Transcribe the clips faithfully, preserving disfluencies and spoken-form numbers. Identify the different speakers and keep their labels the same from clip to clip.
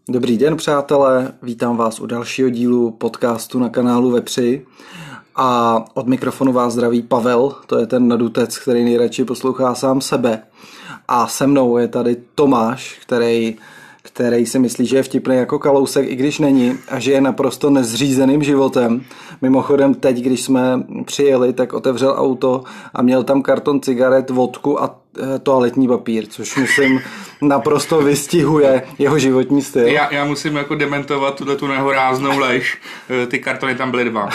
Speaker 1: Dobrý den, přátelé, vítám vás u dalšího dílu podcastu na kanálu Vepři a od mikrofonu vás zdraví Pavel, to je ten nadutec, který nejradši poslouchá sám sebe, a se mnou je tady Tomáš, který, který si myslí, že je vtipný jako Kalousek, i když není, a že je naprosto nezřízeným životem. Mimochodem teď, když jsme přijeli, tak otevřel auto a měl tam karton cigaret, vodku a toaletní papír, což myslím naprosto vystihuje jeho životní styl.
Speaker 2: Já, já musím jako dementovat tuhle tu nehoráznou lež. Ty kartony tam byly dva.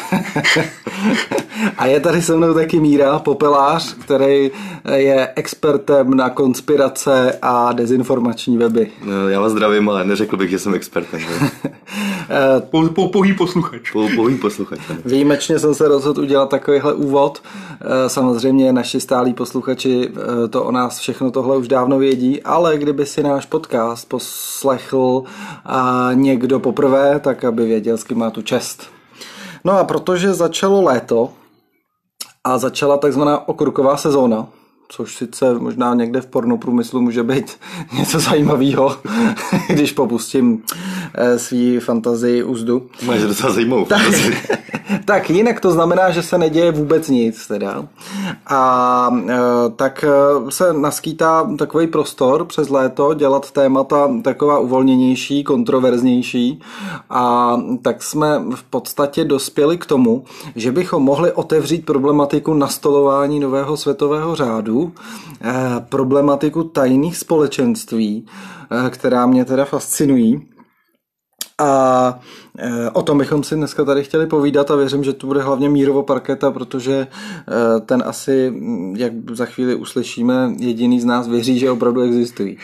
Speaker 1: A je tady se mnou taky Míra, popelář, který je expertem na konspirace a dezinformační weby.
Speaker 3: No, já vás zdravím, ale neřekl bych, že jsem expertem.
Speaker 2: po, po, pouhý posluchač.
Speaker 3: Po, pouhý posluchač.
Speaker 1: Výjimečně jsem se rozhodl udělat takovýhle úvod. Samozřejmě naši stálí posluchači to o nás všechno tohle už dávno vědí, ale kdyby si náš podcast poslechl někdo poprvé, tak aby věděl, s kým má tu čest. No a protože začalo léto a začala takzvaná okurková sezóna, což sice možná někde v pornoprůmyslu může být něco zajímavého, když popustím svý fantazii úzdu.
Speaker 3: Máš docela zajímavou
Speaker 1: fantazii. Tak jinak to znamená, že se neděje vůbec nic teda. A tak se naskýtá takový prostor přes léto dělat témata taková uvolněnější, kontroverznější, a tak jsme v podstatě dospěli k tomu, že bychom mohli otevřít problematiku nastolování nového světového řádu, problematiku tajných společenství, která mě teda fascinují. A o tom bychom si dneska tady chtěli povídat a věřím, že to bude hlavně Mírovo parketa, protože ten asi, jak za chvíli uslyšíme, jediný z nás věří, že opravdu existují.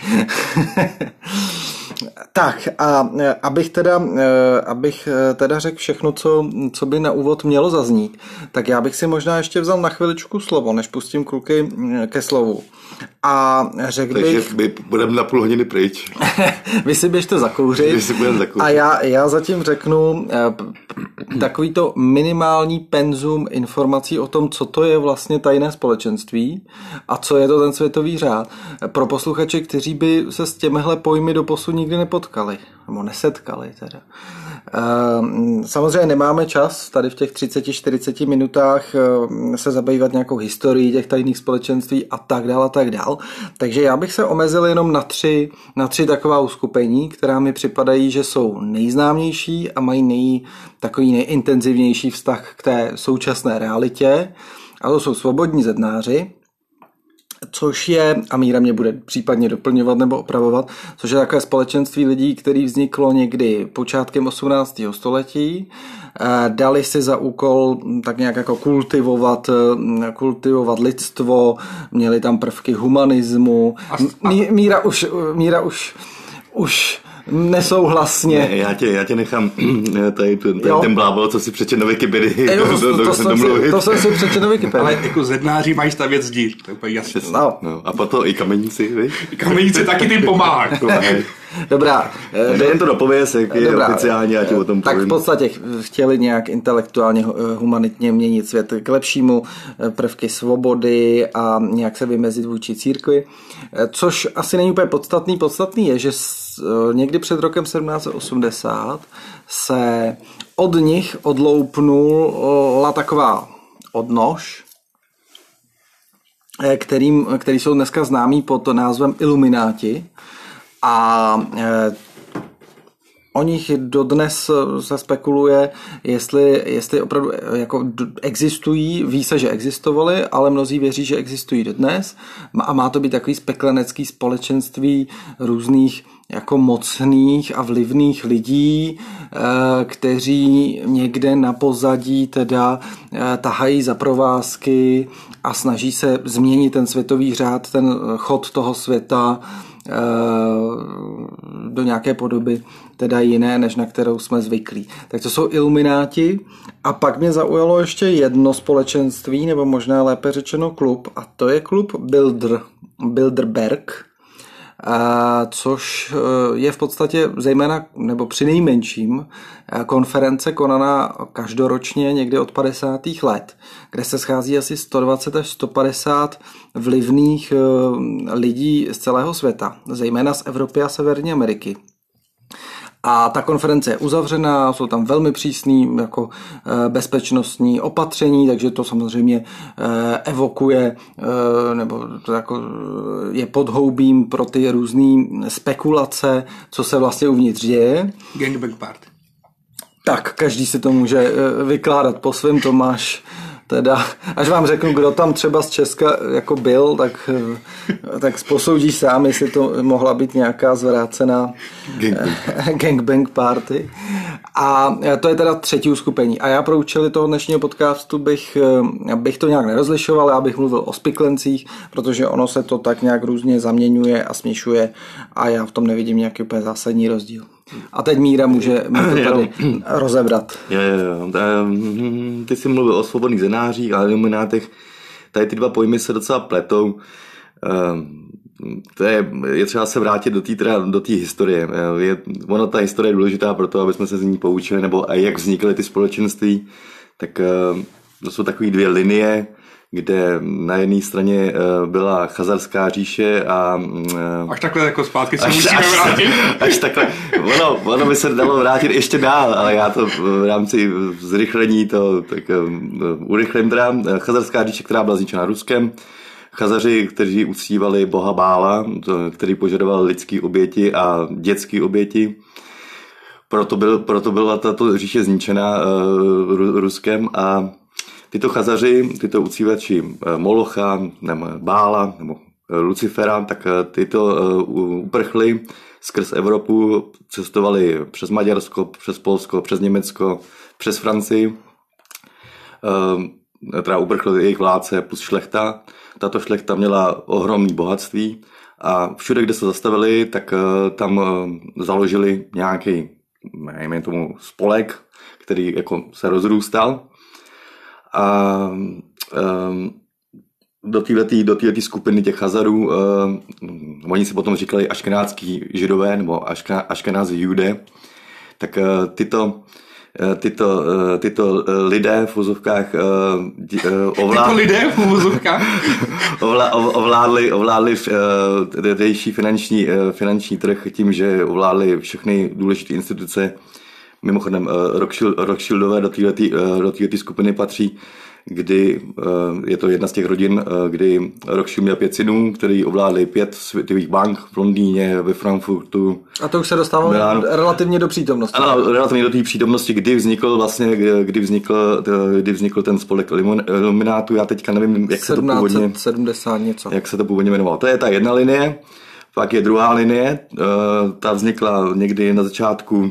Speaker 1: Tak a abych teda, abych teda řekl všechno, co, co by na úvod mělo zaznít, tak já bych si možná ještě vzal na chviličku slovo, než pustím kluky ke slovu. A řekl
Speaker 3: Takže
Speaker 1: bych...
Speaker 3: my budeme na půl hodiny pryč.
Speaker 1: Vy si běžte zakouřit.
Speaker 3: Vy si budeme zakouřit.
Speaker 1: A já, já zatím řeknu takový to minimální penzum informací o tom, co to je vlastně tajné společenství a co je to ten světový řád. Pro posluchače, kteří by se s těmihle pojmy doposud nikdy nepotkali, nebo nesetkali teda. Samozřejmě nemáme čas tady v těch třicet čtyřicet minutách se zabývat nějakou historií těch tajných společenství a tak dál a tak dál. Takže já bych se omezil jenom na tři, na tři taková uskupení, která mi připadají, že jsou nejznámější a mají nej, takový nejintenzivnější vztah k té současné realitě. A to jsou svobodní zednáři, což je, a Míra mě bude případně doplňovat nebo opravovat, což je takové společenství lidí, které vzniklo někdy počátkem osmnáctého století. Dali si za úkol tak nějak jako kultivovat, kultivovat lidstvo, měli tam prvky humanismu. Míra už, Míra už, už nesouhlasně.
Speaker 3: Ne, já, tě, já tě nechám tady, tady ten blábol, co si přečet na Wikipedii.
Speaker 1: Jo, to, to, to, to, jsem si, to jsem si přečet na Wikipedii.
Speaker 2: Ale jako zednáři mají stavět zdí, to je úplně jasné.
Speaker 3: No. No, a potom i kameníci, víš?
Speaker 2: I kameníci taky tím pomáhají.
Speaker 1: Dobrá.
Speaker 3: Dej jen to dopověz, jak je
Speaker 1: Dobrá,
Speaker 3: oficiálně, já ti o tom
Speaker 1: tak
Speaker 3: povím.
Speaker 1: v podstatě chtěli nějak intelektuálně, humanitně měnit svět k lepšímu, prvky svobody a nějak se vymezit vůči církvi. Což asi není úplně podstatný. Podstatný je, že někdy před rokem sedmnáct set osmdesát se od nich odloupnula taková odnož, kterým, který jsou dneska známí pod názvem Ilumináti. A eh, o nich dodnes se spekuluje, jestli, jestli opravdu jako existují, ví se, že existovaly, ale mnozí věří, že existují dodnes. A má to být takový speklenecký společenství různých jako mocných a vlivných lidí, kteří někde na pozadí teda tahají za provázky a snaží se změnit ten světový řád, ten chod toho světa do nějaké podoby teda jiné, než na kterou jsme zvyklí. Tak to jsou ilumináti. A pak mě zaujalo ještě jedno společenství, nebo možná lépe řečeno klub, a to je klub Bilder, Bilderberg, a což je v podstatě zejména, nebo přinejmenším, konference konaná každoročně někdy od padesátých let, kde se schází asi sto dvacet až sto padesát vlivných lidí z celého světa, zejména z Evropy a Severní Ameriky. A ta konference je uzavřená, jsou tam velmi přísný jako bezpečnostní opatření, takže to samozřejmě evokuje nebo to jako je podhoubím pro ty různé spekulace, co se vlastně uvnitř děje.
Speaker 2: Gangbang party.
Speaker 1: Tak, každý si to může vykládat po svém, to máš teda, až vám řeknu, kdo tam třeba z Česka jako byl, tak, tak posoudíš sám, jestli to mohla být nějaká zvrácená gangbang. gangbang party. A to je teda třetí uskupení. A já pro účely toho dnešního podcastu bych, bych to nějak nerozlišoval, já bych mluvil o spiklencích, protože ono se to tak nějak různě zaměňuje a směšuje a já v tom nevidím nějaký úplně zásadní rozdíl. A teď Míra může to tady rozebrat.
Speaker 3: Jo, jo, jo. Ty jsi mluvil o svobodných zenářích a iluminátech. Tady ty dva pojmy se docela pletou. To je, je třeba se vrátit do té do té historie. Je, ono ta historie je důležitá pro to, aby jsme se z ní poučili, nebo a jak vznikly ty společenství. Tak to jsou takové dvě linie, kde na jedné straně byla Chazarská říše a...
Speaker 2: Až takhle jako zpátky se až, musíme až, vrátit.
Speaker 3: Až takhle. Ono, ono by se dalo vrátit ještě dál, ale já to v rámci zrychlení to tak urychlím teda. Chazarská říše, která byla zničena Ruskem. Chazaři, kteří uctívali boha Bála, který požadoval lidský oběti a dětský oběti. Proto, byl, proto byla tato říše zničena uh, Ruskem a tyto Chazaři, tyto uctívači Molocha, nebo Bála, nebo Lucifera, tak tyto uprchli skrz Evropu, cestovali přes Maďarsko, přes Polsko, přes Německo, přes Francii. Teda uprchli jejich vládce plus šlechta. Tato šlechta měla ohromné bohatství a všude, kde se zastavili, tak tam založili nějaký, nevím tomu, spolek, který jako se rozrůstal. A um, do této do této skupiny těch Chazarů um, oni se potom říkali aškenázský židové nebo aškenází jude, tak uh, tyto tyto, uh, tyto lidé v uvozovkách uh, ovládli,
Speaker 2: tyto lidé v uvozovkách
Speaker 3: ovládli, ovládli uh, tejší finanční, uh, finanční trh tím, že ovládli všechny důležité instituce. Mimochodem Rothschild, Rothschildové do této do této skupiny patří, kdy je to jedna z těch rodin, kdy Rothschild měl pět synů, který ovládli pět světových bank v Londýně, ve Frankfurtu.
Speaker 1: A to už se dostává relativně do přítomnosti.
Speaker 3: Ano, relativně do té přítomnosti, kdy vznikl vlastně, kdy vznikl, kdy vznikl ten spolek Iluminátů. Já teďka nevím, jak se to původně
Speaker 1: sedmdesát něco.
Speaker 3: Jak se to původně jmenovalo. To je ta jedna linie, pak je druhá linie, ta vznikla někdy na začátku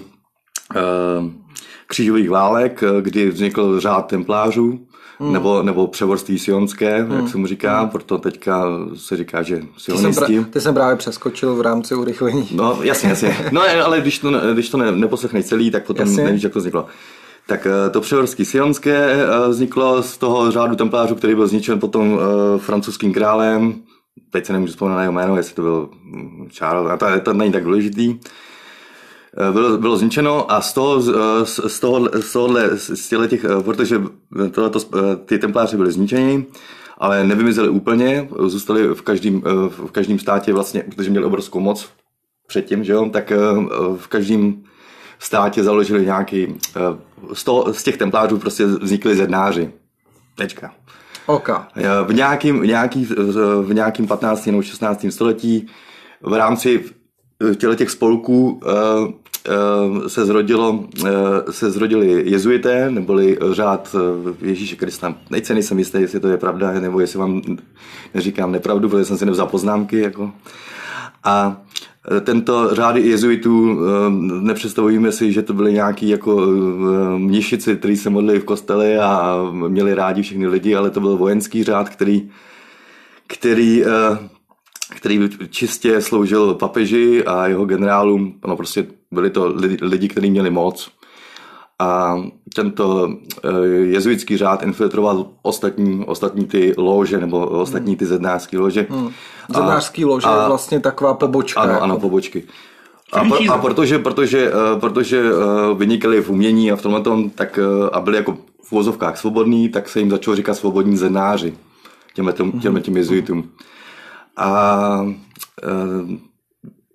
Speaker 3: křížových válek, kdy vznikl řád templářů, hmm. nebo, nebo převorství sionské, hmm. jak se mu říká, hmm. proto teďka se říká, že sionisti.
Speaker 1: Ty jsem, ty jsem právě přeskočil v rámci urychlení.
Speaker 3: No jasně, jasně. No ale když to, když to ne, neposlechneš celý, tak potom jasně. Nevíš, jak to vzniklo. Tak to převorství sionské vzniklo z toho řádu templářů, který byl zničen potom francouzským králem. Teď se nemůžu vzpomenout na jeho jméno, jestli to byl Charles, to, to není tak důležitý. Bylo, bylo zničeno a z toho, z toho, z tohohle, z těch, protože tohleto, ty templáři byli zničeni, ale nevymizeli úplně, zůstali v každém, v každém státě vlastně, protože měli obrovskou moc předtím, že jo, tak v každém státě založili nějaký, z, toho, z těch templářů prostě vznikli zednáři. Tečka.
Speaker 1: Okay.
Speaker 3: V nějakým, v nějaký, v nějakým patnáctém nebo šestnáctém století v rámci těchto těch spolků uh, uh, se, zrodilo, uh, se zrodili jezuité, neboli řád Ježíše Krista. Teď se nejsem jistý, jestli to je pravda, nebo jestli vám neříkám nepravdu, protože jsem si nevzal poznámky. Jako. A tento řád jezuitů, uh, nepředstavujeme si, že to byly nějaký jako uh, mnišici, kteří se modlili v kostele a měli rádi všechny lidi, ale to byl vojenský řád, který, který uh, který čistě sloužil papeži a jeho generálům. No prostě byli to lidi, lidi kteří měli moc. A tento jezuitský řád infiltroval ostatní, ostatní ty lože, nebo ostatní ty zednářské lože. Hmm.
Speaker 1: Zednářský lože je vlastně taková pobočka.
Speaker 3: Ano,
Speaker 1: jako.
Speaker 3: ano, pobočky. A, pro, a protože, protože, protože vynikali v umění a v tomhletom, tak a byli jako v uvozovkách svobodní, tak se jim začalo říkat svobodní zednáři těm, těm, těm jezuitům. A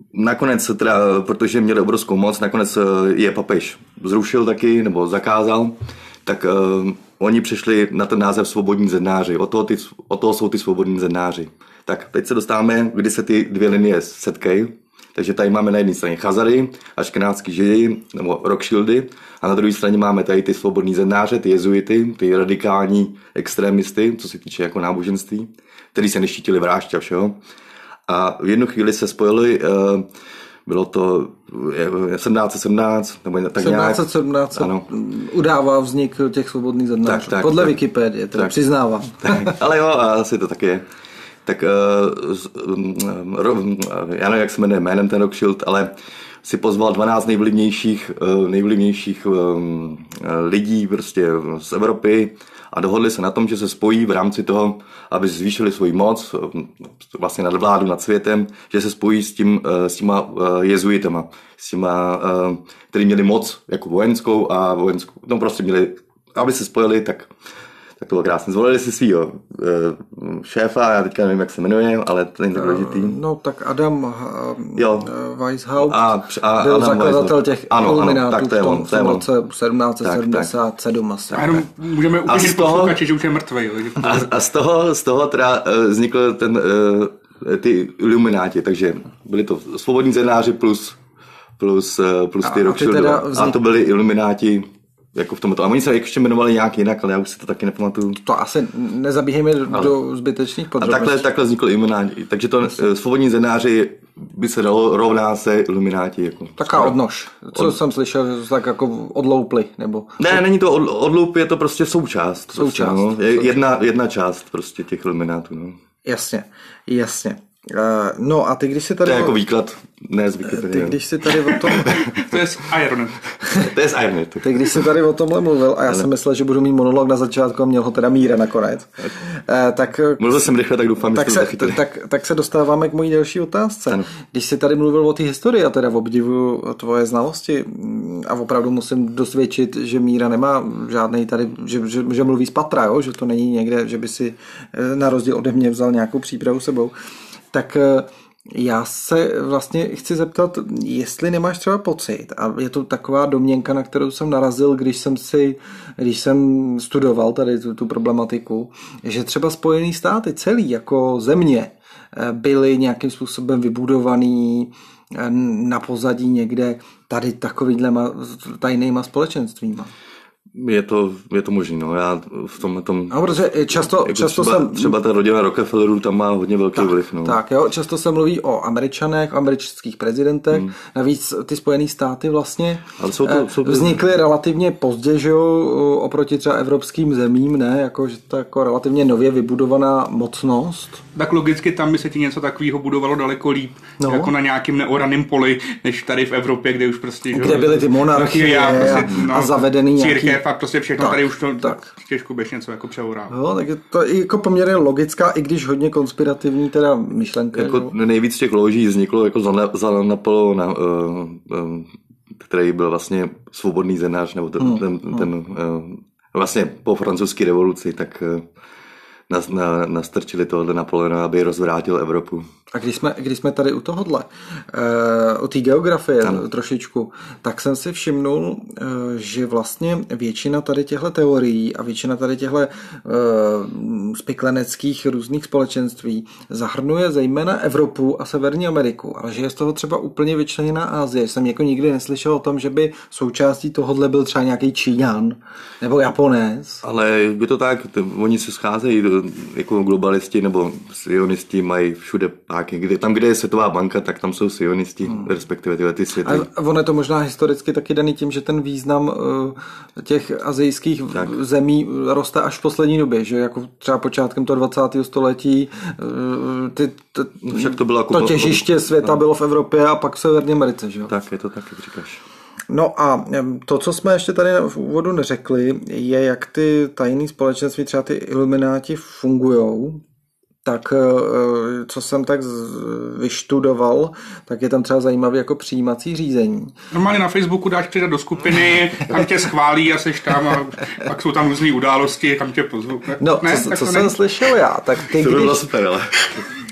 Speaker 3: nakonec se teda, protože měli obrovskou moc, nakonec je papež zrušil taky, nebo zakázal, tak uh, oni přišli na ten název svobodní zednáři. O toho, ty, o toho jsou ty svobodní zednáři. Tak teď se dostáváme, kdy se ty dvě linie setkají. Takže tady máme na jedné straně Chazary, aškenátský Židy, nebo Rothschildy, a na druhé straně máme tady ty svobodní zednáře, ty jezuity, ty radikální extrémisty, co se týče jako náboženství, kteří se neštítili vraždě a všeho. A v jednu chvíli se spojili, bylo to sedmnáct set sedmnáct, nebo tak nějak.
Speaker 1: sedmnáct set sedmnáct udává vznik těch svobodných zednářů. Tak, tak, podle tak, Wikipedie, to přiznávám.
Speaker 3: Tak, ale jo, asi to tak je. Tak já nevím, jak se jmenuje jménem ten Rothschild, ale si pozval dvanáct nejvlivnějších, nejvlivnějších lidí prostě z Evropy a dohodli se na tom, že se spojí v rámci toho, aby zvýšili svoji moc, vlastně nad vládu, nad světem, že se spojí s, tím, s těma jezuitama, s těma, který měli moc jako vojenskou a vojenskou, no prostě měli, aby se spojili, tak Tak to bylo krásně. Zvolili si svýho uh, šéfa, já teďka nevím, jak se jmenuje, ale to není tak důležitý.
Speaker 1: Uh, no, tak Adam uh, Weishaupt
Speaker 3: a, a
Speaker 1: byl
Speaker 3: Adam
Speaker 1: zakladatel těch iluminátů
Speaker 3: v tom,
Speaker 1: v tom roce sedmnáct set sedmdesát sedm asi.
Speaker 2: A jenom můžeme upěšit posluchači, že už je mrtvej.
Speaker 3: A, a z toho, z toho teda uh, vznikl ten, uh, ty ilumináti, takže byli to svobodní zednáři plus, plus, uh, plus ty Rothschildy. A to byli ilumináti jako v tomto. A oni se ještě jmenovali nějak jinak, ale já už si to taky nepamatuju.
Speaker 1: To asi nezabíhejme ale do zbytečných podrobností.
Speaker 3: A takhle, takhle vznikl ilumináti. Takže to Myslím. svobodní zednáři by se dalo rovná se ilumináti. Jako
Speaker 1: Taká odnož. Co od... jsem slyšel, tak jako odloupli, nebo...
Speaker 3: Ne, není to od, odloup, je to prostě součást.
Speaker 1: Součást.
Speaker 3: Prostě, no.
Speaker 1: součást.
Speaker 3: Jedna, jedna část prostě těch iluminátů. No.
Speaker 1: Jasně, jasně. Uh, no a ty, když si tady...
Speaker 3: To je jako výklad, ne z Wikipedie.
Speaker 1: Ty, když si tady o tom...
Speaker 2: To je z Ironet.
Speaker 3: To je z Ironet.
Speaker 1: Ty, když si tady o tomhle mluvil, a já jsem myslel, že budu mít monolog na začátku a měl ho teda Míra nakonec, uh, tak...
Speaker 3: Mluvil jsem rychle, tak doufám,
Speaker 1: tak
Speaker 3: že
Speaker 1: se, tak, tak, tak se dostáváme k mojí další otázce. Ano. Když si tady mluvil o té historii a teda obdivu tvoje znalosti a opravdu musím dosvědčit, že Míra nemá žádnej tady, že, že, že mluví z patra, jo? Že to není někde, že by si na rozdíl ode mě vzal nějakou přípravu sebou. Tak já se vlastně chci zeptat, jestli nemáš třeba pocit, a je to taková domněnka, na kterou jsem narazil, když jsem si, když jsem studoval tady tu, tu problematiku, že třeba Spojené státy celý jako země byly nějakým způsobem vybudovaný na pozadí někde tady takovýhlema tajnýma společenstvíma.
Speaker 3: Je to, je to možný, no. Já v tom, tom
Speaker 1: no, protože často, jako často
Speaker 3: třeba,
Speaker 1: jsem...
Speaker 3: třeba ta rodina Rockefellerů tam má hodně velký
Speaker 1: tak,
Speaker 3: vliv, no.
Speaker 1: Tak, jo, často se mluví o Američanech, o amerických prezidentech, hmm. navíc ty Spojené státy vlastně
Speaker 3: Ale jsou to, jsou to...
Speaker 1: vznikly relativně pozdě, že jo, oproti třeba evropským zemím, ne, jako, že to je jako relativně nově vybudovaná mocnost.
Speaker 2: Tak logicky tam by se ti něco takového budovalo daleko líp, no. jako na nějakým neoraným poli, než tady v Evropě, kde už prostě...
Speaker 1: Kde že, byly ty monarchie a, prostě, no, a zavedený nějaký...
Speaker 2: a prostě všechno tak, tady už to tak. těžko běž něco jako přeorá.
Speaker 1: Jo, tak je to jako poměrně logická, i když hodně konspirativní teda myšlenka.
Speaker 3: Jako jo. Nejvíc těch loží vzniklo jako za, za Napoleona, uh, uh, který byl vlastně svobodný zednář, nebo ten, hmm. ten, ten uh, vlastně po francouzské revoluci, tak uh, nas, na, nastrčili tohle Napoleona, aby rozvrátil Evropu.
Speaker 1: A když jsme, když jsme tady u tohohle, uh, u té geografie ano. trošičku, tak jsem si všimnul, uh, že vlastně většina tady těchto teorií a většina tady těchto uh, spikleneckých různých společenství zahrnuje zejména Evropu a Severní Ameriku, ale že je z toho třeba úplně vyčleněná Asie. Jsem jako nikdy neslyšel o tom, že by součástí tohohle byl třeba nějaký Číňan nebo Japonec.
Speaker 3: Ale je to tak, t- oni se scházejí jako globalisti nebo sionisti, mají všude Kde, tam, kde je Světová banka, tak tam jsou sionisti, hmm. respektive tyhle ty světy.
Speaker 1: A ono je to možná historicky taky daný tím, že ten význam uh, těch asijských tak. zemí roste až v poslední době, že jako třeba počátkem toho dvacátého století uh, ty, t,
Speaker 3: Však to, bylo jako
Speaker 1: to těžiště světa no. bylo v Evropě a pak v Severní Americe. Že?
Speaker 3: Tak, je to tak, jak říkáš.
Speaker 1: No a to, co jsme ještě tady v úvodu neřekli, je, jak ty tajné společenství, třeba ty ilumináti fungujou. Tak co jsem tak vyštudoval, tak je tam třeba zajímavé jako přijímací řízení.
Speaker 2: Normálně na Facebooku dáš přidat do skupiny, tam tě schválí a seš tam a pak jsou tam různý události, kam tě pozvou.
Speaker 1: No, ne, co, co jsem ne... slyšel já, tak ty
Speaker 3: to
Speaker 1: když...
Speaker 3: super, ale...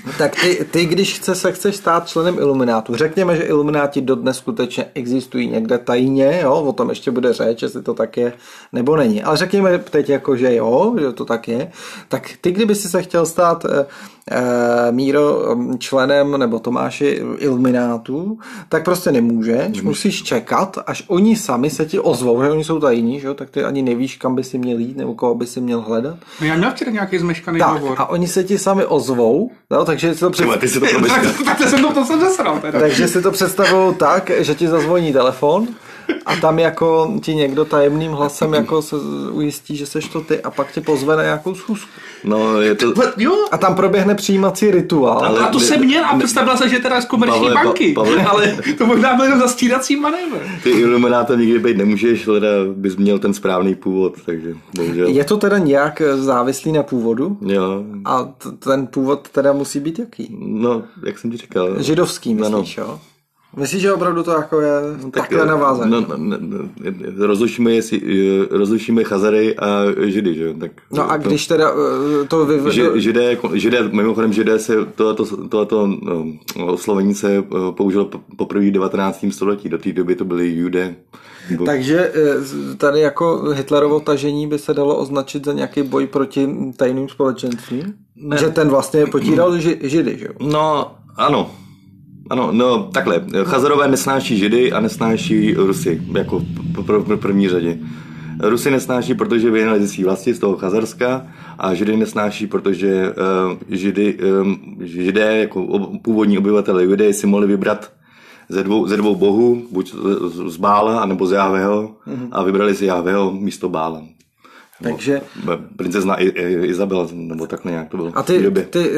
Speaker 1: Tak ty, ty, když chce, se chceš stát členem Iluminátu, řekněme, že Ilumináti dodnes skutečně existují někde tajně, jo, o tom ještě bude řeč, jestli to tak je, nebo není. Ale řekněme teď jako, že jo, že to tak je, tak ty, kdyby si se chtěl stát eh, eh, Míro členem, nebo Tomáši Iluminátu, tak prostě nemůžeš, Nemůže. musíš čekat, až oni sami se ti ozvou, že oni jsou tajní, že jo, tak ty ani nevíš, kam by si měl jít, nebo koho by si měl hledat.
Speaker 2: No já měl včera nějaký zmeškaný
Speaker 1: tak,
Speaker 2: hovor.
Speaker 1: a oni se ti sami ozvou, no, takže si to
Speaker 3: představují. Ty si to
Speaker 2: tak, tak jsem to, to jsem zasral teda.
Speaker 1: Takže si to představují tak, že ti zazvoní telefon a tam jako ti někdo tajemným hlasem jako se ujistí, že seš to ty a pak tě pozve na nějakou schůzku.
Speaker 3: No, je to...
Speaker 1: A tam proběhne přijímací rituál.
Speaker 2: Ale a to jsem měl a představila se, že teda z komerční Pavle, banky, pa, Pavle. Ale to možná byl jenom zastírací manévr.
Speaker 3: Ty iluminátem nikdy být nemůžeš, teda bys měl ten správný původ, takže bohužel.
Speaker 1: Je to teda nějak závislý na původu?
Speaker 3: Jo.
Speaker 1: A t- ten původ teda musí být jaký?
Speaker 3: No, jak jsem ti říkal.
Speaker 1: Židovský, myslíš, jo? Myslíš, že opravdu to jako je no, tak, takhle navázané? No, no, no,
Speaker 3: no, rozlišíme, jestli, rozlišíme Chazary a Židy, že? Tak,
Speaker 1: no a
Speaker 3: to,
Speaker 1: když teda to vy...
Speaker 3: Ži, židé, židé, mimochodem Židé se, tohleto, tohleto no, oslovení se použilo poprvé v devatenáctém století, do té doby to byly Judé.
Speaker 1: Takže tady jako Hitlerovo tažení by se dalo označit za nějaký boj proti tajným společenstvím? Ne. Že ten vlastně potíral ži, Židy, že jo?
Speaker 3: No, ano. Ano, no takhle, Chazarové nesnáší Židy a nesnáší Rusy, jako v první řadě. Rusy nesnáší, protože vyhnali ze svý vlasti z toho Chazarska a Židy nesnáší, protože uh, Židy, um, Židé jako původní obyvatelé Judeje si mohli vybrat ze dvou, ze dvou bohů, buď z Bála, anebo z Jahveho mm-hmm. a vybrali si Jahveho místo Bála.
Speaker 1: Takže...
Speaker 3: Princezna Izabela, nebo takhle nějak to bylo.
Speaker 1: A ty, ty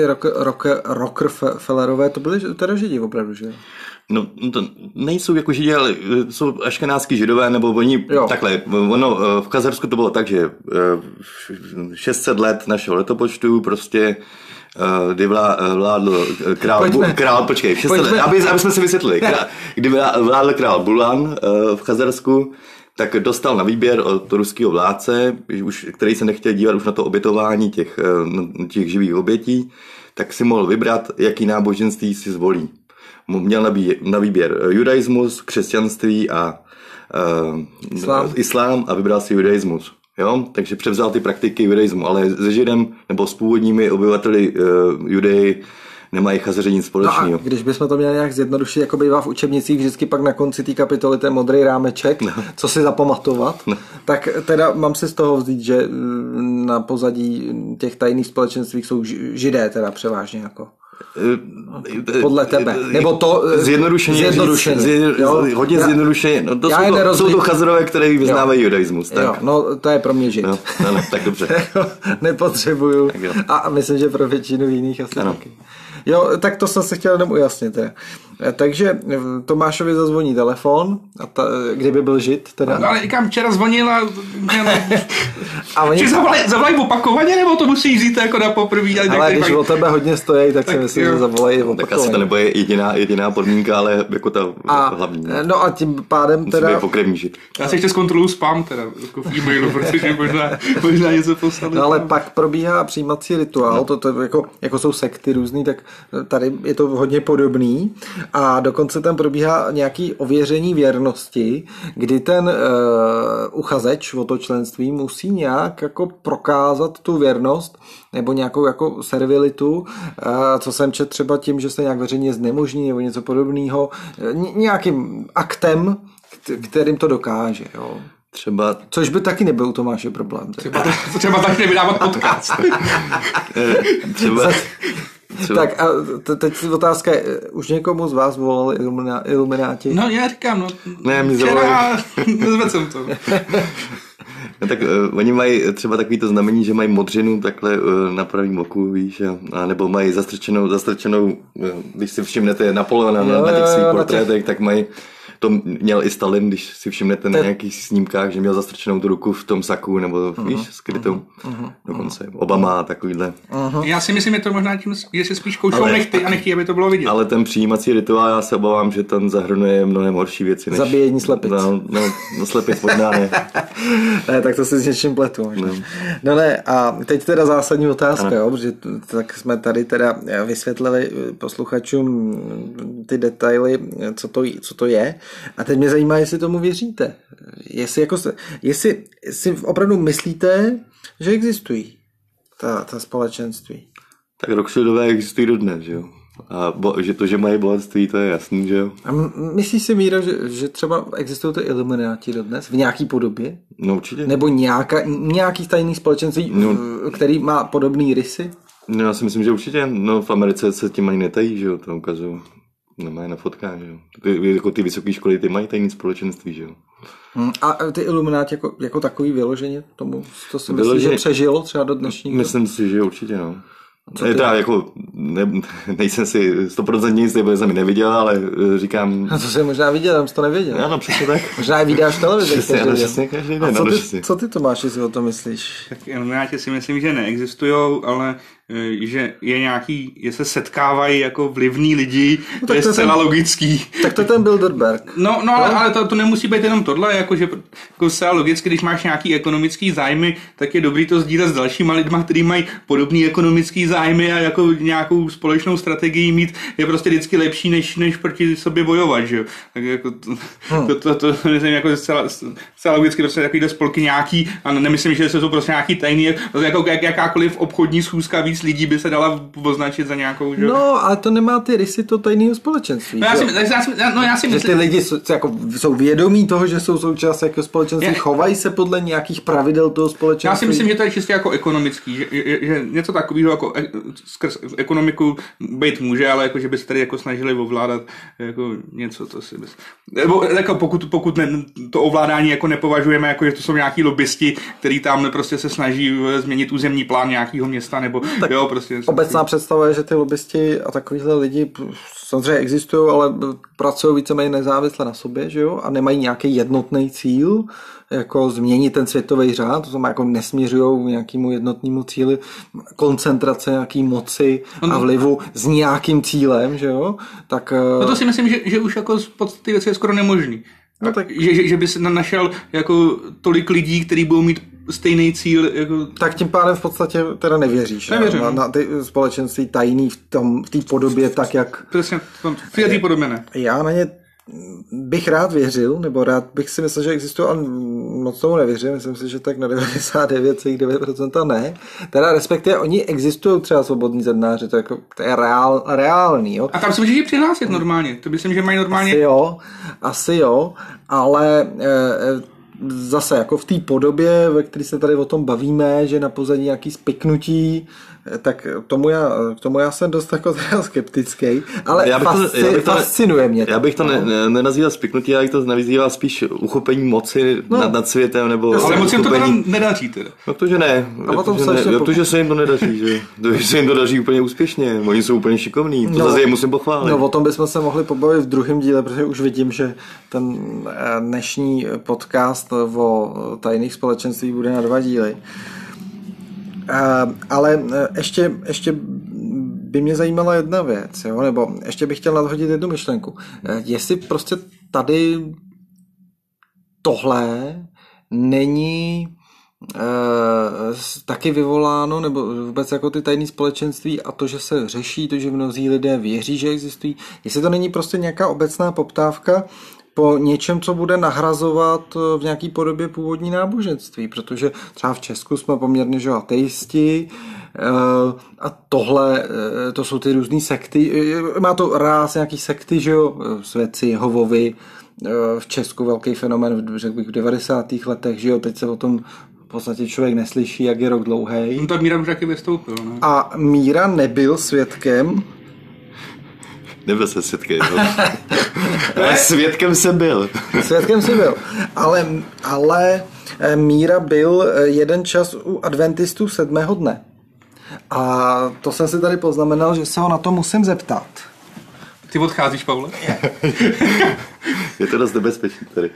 Speaker 1: Rockefellerové, to byly teda Židi opravdu, že?
Speaker 3: No, to nejsou jako Židi, ale jsou aškenácký Židové, nebo oni jo. takhle. Ono, v Chazarsku to bylo tak, že šest set let našeho letopočtu prostě kdy vládl král,
Speaker 1: Pojďme.
Speaker 3: král počkej, šest set let, aby, aby jsme si vysvětlili, král, kdy vládl král Bulan v Chazarsku, tak dostal na výběr od ruského vládce, který se nechtěl dívat už na to obětování těch, těch živých obětí, tak si mohl vybrat, jaký náboženství si zvolí. Měl na výběr judaismus, křesťanství a uh,
Speaker 1: islám.
Speaker 3: islám a vybral si judaismus. Jo? Takže převzal ty praktiky judaismu, ale se Židem nebo s původními obyvateli uh, Judeji nemají Chazaři nic společného.
Speaker 1: No a když bychom to měli nějak zjednodušit, jako bývá v učebnicích vždycky pak na konci té kapitoly ten modrý rámeček, no. co si zapamatovat, no. tak teda mám si z toho vzít, že na pozadí těch tajných společenství jsou Židé teda převážně jako. Podle tebe. Nebo to
Speaker 3: zjednodušeně.
Speaker 1: Zjednodušeně.
Speaker 3: Zjedno, hodně zjednodušeně. No to jsou, to, jsou to Chazarové, které vyznávají judaismus. Tak.
Speaker 1: Jo, no to je pro mě Žid.
Speaker 3: No, no, no, tak dobře.
Speaker 1: Nepotřebuju.
Speaker 3: Tak
Speaker 1: a myslím, že pro většinu jiných asi ano. taky. Jo, tak to jsem se chtěl jenom ujasnit. Je. Takže Tomášovi zazvoní telefon, a ta, kdyby byl Žid. Teda.
Speaker 2: No, ale říkám, včera zvonila...
Speaker 1: a oni...
Speaker 2: Či zavolají zavolaj opakovaně, nebo to musí vzít jako na poprvé?
Speaker 1: Ale, ale když pak... o tebe hodně stojí, tak, tak si myslím, že zavolají opakovaně.
Speaker 3: Tak asi to nebude jediná, jediná podmínka, ale jako ta
Speaker 1: a,
Speaker 3: hlavní.
Speaker 1: No a tím pádem
Speaker 3: musí
Speaker 1: teda...
Speaker 3: Musí být pokrevní Žid.
Speaker 2: Já si ještě zkontroluji spam teda, jako v e-mailu, protože možná, možná něco poslali.
Speaker 1: No ale pak probíhá přijímací rituál, no. to, to jako, jako jsou sekty různý, tak tady je to hodně podobný a dokonce tam probíhá nějaký ověření věrnosti, kdy ten uh, uchazeč o to členství musí nějak jako prokázat tu věrnost nebo nějakou jako servilitu, uh, co jsem četl třeba tím, že se nějak veřejně znemožní nebo něco podobného, Ň- nějakým aktem, kterým to dokáže, jo.
Speaker 3: Třeba...
Speaker 1: Což by taky nebyl u Tomáše problém.
Speaker 2: Třeba, třeba taky nevydávat podcast.
Speaker 3: třeba...
Speaker 1: Třeba. Tak a teď otázka je, už někomu z vás volali Ilumináti?
Speaker 2: No já říkám, no
Speaker 3: ne, mě
Speaker 2: včera nezvedl jsem to.
Speaker 3: No tak uh, oni mají třeba takový to znamení, že mají modřinu takhle uh, na pravým oku, víš, a, a nebo mají zastrčenou, zastrčenou, uh, když si všimnete Napoleona na, na těch svých portrétech, tak mají to měl i Stalin, když si všimnete na nějakých snímkách, že měl zastrčenou tu ruku v tom saku, nebo uh-huh. víš, skrytou. Uh-huh. Dokonce Obama a takovýhle.
Speaker 2: Uh-huh. Já si myslím, že to možná tím, že si spíš koušou nechty a nechtějí, aby to bylo vidět.
Speaker 3: Ale ten přijímací rituál, já se obávám, že tam zahrnuje mnohem horší věci. Než...
Speaker 1: Zabíjení slepic.
Speaker 3: No, no, no slepic možná ne.
Speaker 1: Ne, tak to si s něčím pletu možná. No. no ne, a teď teda zásadní otázka, jo, protože tak jsme tady teda vysvětlili posluchačům ty detaily, co to, co to je. A teď mě zajímá, jestli tomu věříte. Jestli, jako, jestli, jestli opravdu myslíte, že existují ta, ta společenství.
Speaker 3: Tak Rothschildové existují dodnes, že jo? A bo, že to, že mají bohatství, to je jasný, že jo?
Speaker 1: A myslíš si, Míro, že, že třeba existují ty Illuminati dodnes v nějaký podobě?
Speaker 3: No určitě.
Speaker 1: Nebo nějaká, nějaký tajný společenství, no, který má podobný rysy?
Speaker 3: No já si myslím, že určitě. No v Americe se tím ani netají, že jo? To ukazují. Nemají na fotkách, že jo? Ty, jako ty vysoké školy, ty mají tajný společenství, že jo?
Speaker 1: Hmm, a ty Illuminati jako, jako takový vyloženě tomu, to si myslíš, že přežilo třeba do dnešního?
Speaker 3: Myslím si, že určitě, no. Ne, teda jako, ne, nejsem si sto procent nic, nebo jsem ji neviděl, ale říkám...
Speaker 1: A to jsem možná viděl, jsem to nevěděl.
Speaker 3: Ano, přesně tak.
Speaker 1: Možná je viděl v televizi.
Speaker 3: Přesně, ano, přesně, každý den.
Speaker 1: A co ty, co ty Tomáš, si o tom myslíš?
Speaker 2: Tak já si myslím, že neexistujou, ale že je nějaký, že se setkávají jako vlivní lidi, no, to je to zcela ten, logický.
Speaker 1: Tak to je ten Bilderberg.
Speaker 2: No, no ale, ale to, to nemusí být jenom tohle, jakože jako zcela logicky, když máš nějaký ekonomický zájmy, tak je dobrý to sdílet s dalšíma lidma, kteří mají podobný ekonomický zájmy a jako nějakou společnou strategii mít je prostě vždycky lepší, než, než proti sobě bojovat, že jo. Tak jako to, hmm. to, to, to, to myslím, jako zcela, zcela logicky prostě takovýhle spolky nějaký a nemyslím, že jsou prostě nějaký tajný, jako jak, jakákoliv obchodní schůzka víc lidí by se dala označit za nějakou, že?
Speaker 1: No, ale to nemá ty rysy to tajného společenství.
Speaker 2: No já si, já si, no, já si
Speaker 1: že
Speaker 2: myslím,
Speaker 1: ty lidi jsou, jako, jsou vědomí toho, že jsou součást jako společenství, je, chovají se podle nějakých pravidel toho společenství.
Speaker 2: Já si myslím, že to je čistě jako ekonomický, že, že, že něco takového jako skrz ekonomiku být může, ale jako, že by se tady jako snažili ovládat jako něco, to si bys... Nebo jako pokud, pokud ne, to ovládání jako nepovažujeme, jako že to jsou nějaký lobbysti, který tam prostě se snaží změnit územní plán nějakého města, nebo
Speaker 1: tak
Speaker 2: jo, prostě...
Speaker 1: Obecná představa je, že ty lobbysti a takovýhle lidi samozřejmě existují, ale pracují víceméně nezávisle na sobě, že jo, a nemají nějaký jednotný cíl, jako změnit ten světový řád, to znamená, jako nesměřují k nějakému jednotnému cíli, koncentrace nějaký moci a vlivu s nějakým cílem, že jo, tak...
Speaker 2: No to si myslím, že, že už jako z podstaty věci je skoro nemožný. No tak... že, že, že by se našel jako tolik lidí, kteří budou mít stejný cíl. Jako...
Speaker 1: Tak tím pádem v podstatě teda nevěříš
Speaker 2: Nevěřím.
Speaker 1: Na, na ty společenství tajný v tom, v té podobě tak, jak...
Speaker 2: Přesně, v té podobě ne.
Speaker 1: Já na ně bych rád věřil, nebo rád bych si myslel, že existují, ale moc tomu nevěřím. Myslím si, že tak na devadesát devět celá devět procent ne. Teda respektive oni existují třeba svobodní zednáři, to je, jako, to je reál, reálný. Jo.
Speaker 2: A tam si můžeš přihlásit normálně. To myslím, že mají normálně...
Speaker 1: Asi jo, asi jo, ale... E, zase jako v té podobě, ve které se tady o tom bavíme, že na pozadí nějaký spiknutí, tak tomu já, k tomu já jsem dost jako teda skeptický, ale já bych fasci, to, já bych to, fascinuje mě to.
Speaker 3: Já bych to ne, ne, nenazýval spiknutí, já bych to nazýval spíš uchopení moci no. nad, nad světem, nebo...
Speaker 2: No, ale moc jim to teda nedaří teda.
Speaker 3: No to, že ne.
Speaker 1: To,
Speaker 3: že, ne, to, že se jim to nedaří, že to, že se jim to daří úplně úspěšně, oni jsou úplně šikovní, to no, zase je musím pochválit.
Speaker 1: No o tom bychom se mohli pobavit v druhém díle, protože už vidím, že ten dnešní podcast o tajných společenství bude na dva díly. Uh, ale ještě, ještě by mě zajímala jedna věc, jo? Nebo ještě bych chtěl nadhodit jednu myšlenku. Uh, jestli prostě tady tohle není uh, taky vyvoláno, nebo vůbec jako ty tajné společenství a to, že se řeší, to, že mnozí lidé věří, že existují, jestli to není prostě nějaká obecná poptávka po něčem, co bude nahrazovat v nějaký podobě původní náboženství, protože třeba v Česku jsme poměrně že ateisti a tohle, to jsou ty různý sekty, má to ráz nějaký sekty, že jo, svědci Jehovovi, v Česku velký fenomén, řekl bych v devadesátých letech, že jo, teď se o tom v podstatě člověk neslyší, jak je rok dlouhej.
Speaker 2: No tak Míra už taky vystoupil, ne?
Speaker 1: A Míra nebyl svědkem.
Speaker 3: Nebyl jsem svědkem, no. Ale svědkem jsem byl.
Speaker 1: Svědkem jsem byl. Ale, ale Míra byl jeden čas u adventistů sedmého dne. A to jsem si tady poznamenal, že se ho na to musím zeptat.
Speaker 2: Ty odcházíš, Pavle?
Speaker 3: Je to dost nebezpečný tady.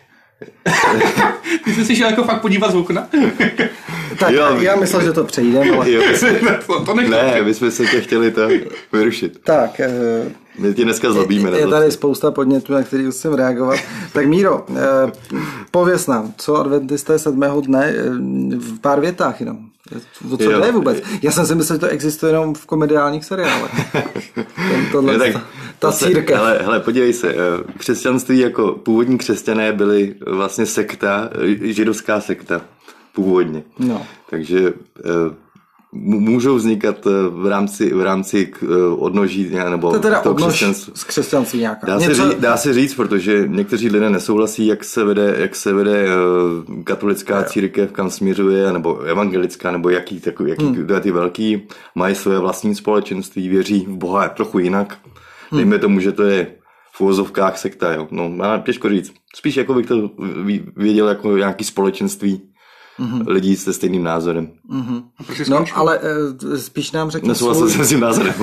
Speaker 2: Ty jsi si šel jako fakt podívat z okna?
Speaker 1: Tak jo, já myslel, že to přejdeme, ale...
Speaker 3: Jo,
Speaker 2: to, to
Speaker 3: ne, my jsme se tě chtěli to vyrušit.
Speaker 1: Tak,
Speaker 3: my tě dneska zlobíme.
Speaker 1: Je, je tady spousta podnětů, na který musím reagovat. Tak Míro, pověz nám, co adventisté sedmého dne v pár větách jenom. O co jde vůbec? Já jsem si myslel, že to existuje jenom v komediálních seriálech. Tohle, tak, ta, ta církev.
Speaker 3: Hele, hele, podívej se, křesťanství jako původní křesťané byli vlastně sekta, židovská sekta. Původně.
Speaker 1: No.
Speaker 3: Takže můžou vznikat v rámci, v rámci odnoží nebo
Speaker 1: to je teda odnož z křesťanství nějaká.
Speaker 3: Dá, Něco... se říct, dá se říct, protože někteří lidé nesouhlasí, jak se vede, jak se vede katolická jo. církev, kam směřuje, nebo evangelická, nebo jaký, takový, jaký hmm. ty velký, mají své vlastní společenství, věří v Boha trochu jinak. Hmm. Dejme tomu, že to je v uvozovkách sekta. Jo. No, těžko říct. Spíš jako bych to věděl jako nějaký společenství mm-hmm. lidí se stejným názorem.
Speaker 1: Mm-hmm. No, ale uh, spíš nám řekni...
Speaker 3: Nesouhlasil jsem s tím názorem.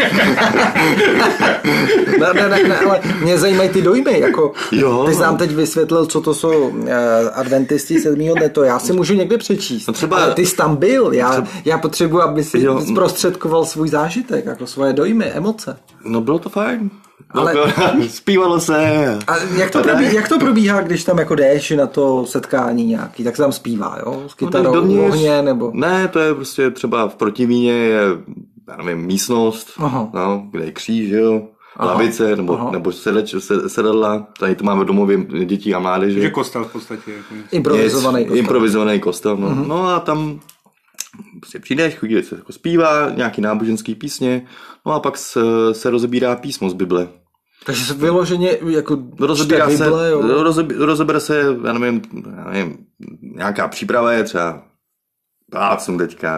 Speaker 1: ne, ne, ne, ne, ale mě zajímají ty dojmy. Jako,
Speaker 3: jo,
Speaker 1: ty jsi nám teď vysvětlil, co to jsou uh, adventisti sedmého dne. To já si můžu někde přečíst. No třeba, ale ty jsi tam byl. Já, třeba, já potřebuji, aby si jo, zprostředkoval svůj zážitek, jako svoje dojmy, emoce.
Speaker 3: No bylo to fajn. Ale zpívalo se.
Speaker 1: A jak to, probíhá, jak to probíhá, když tam jako jdeš na to setkání nějaký, tak se tam zpívá, jo? S kytarou no, v ohně, nebo...
Speaker 3: Ne, to je prostě třeba v protivíně je, já nevím, místnost, no, kde je kříž, jo? Aha. Lavice, nebo, nebo sedeč, sedadla, tady to máme v domově dětí a mládeže.
Speaker 2: Je kostel v podstatě. Jako
Speaker 1: improvizovaný kostel.
Speaker 3: Improvizovaný kostel, no. Uh-huh. No a tam prostě přijdeš, chvíli se jako zpívá, nějaký náboženský písně, no a pak se, se rozebírá písmo z Bible.
Speaker 1: Takže se vyloženě jako
Speaker 3: rozebírá
Speaker 1: čte Bible,
Speaker 3: se, rozebí, rozebere se, já nevím, já nevím, nějaká příprava je třeba, plácnu teďka,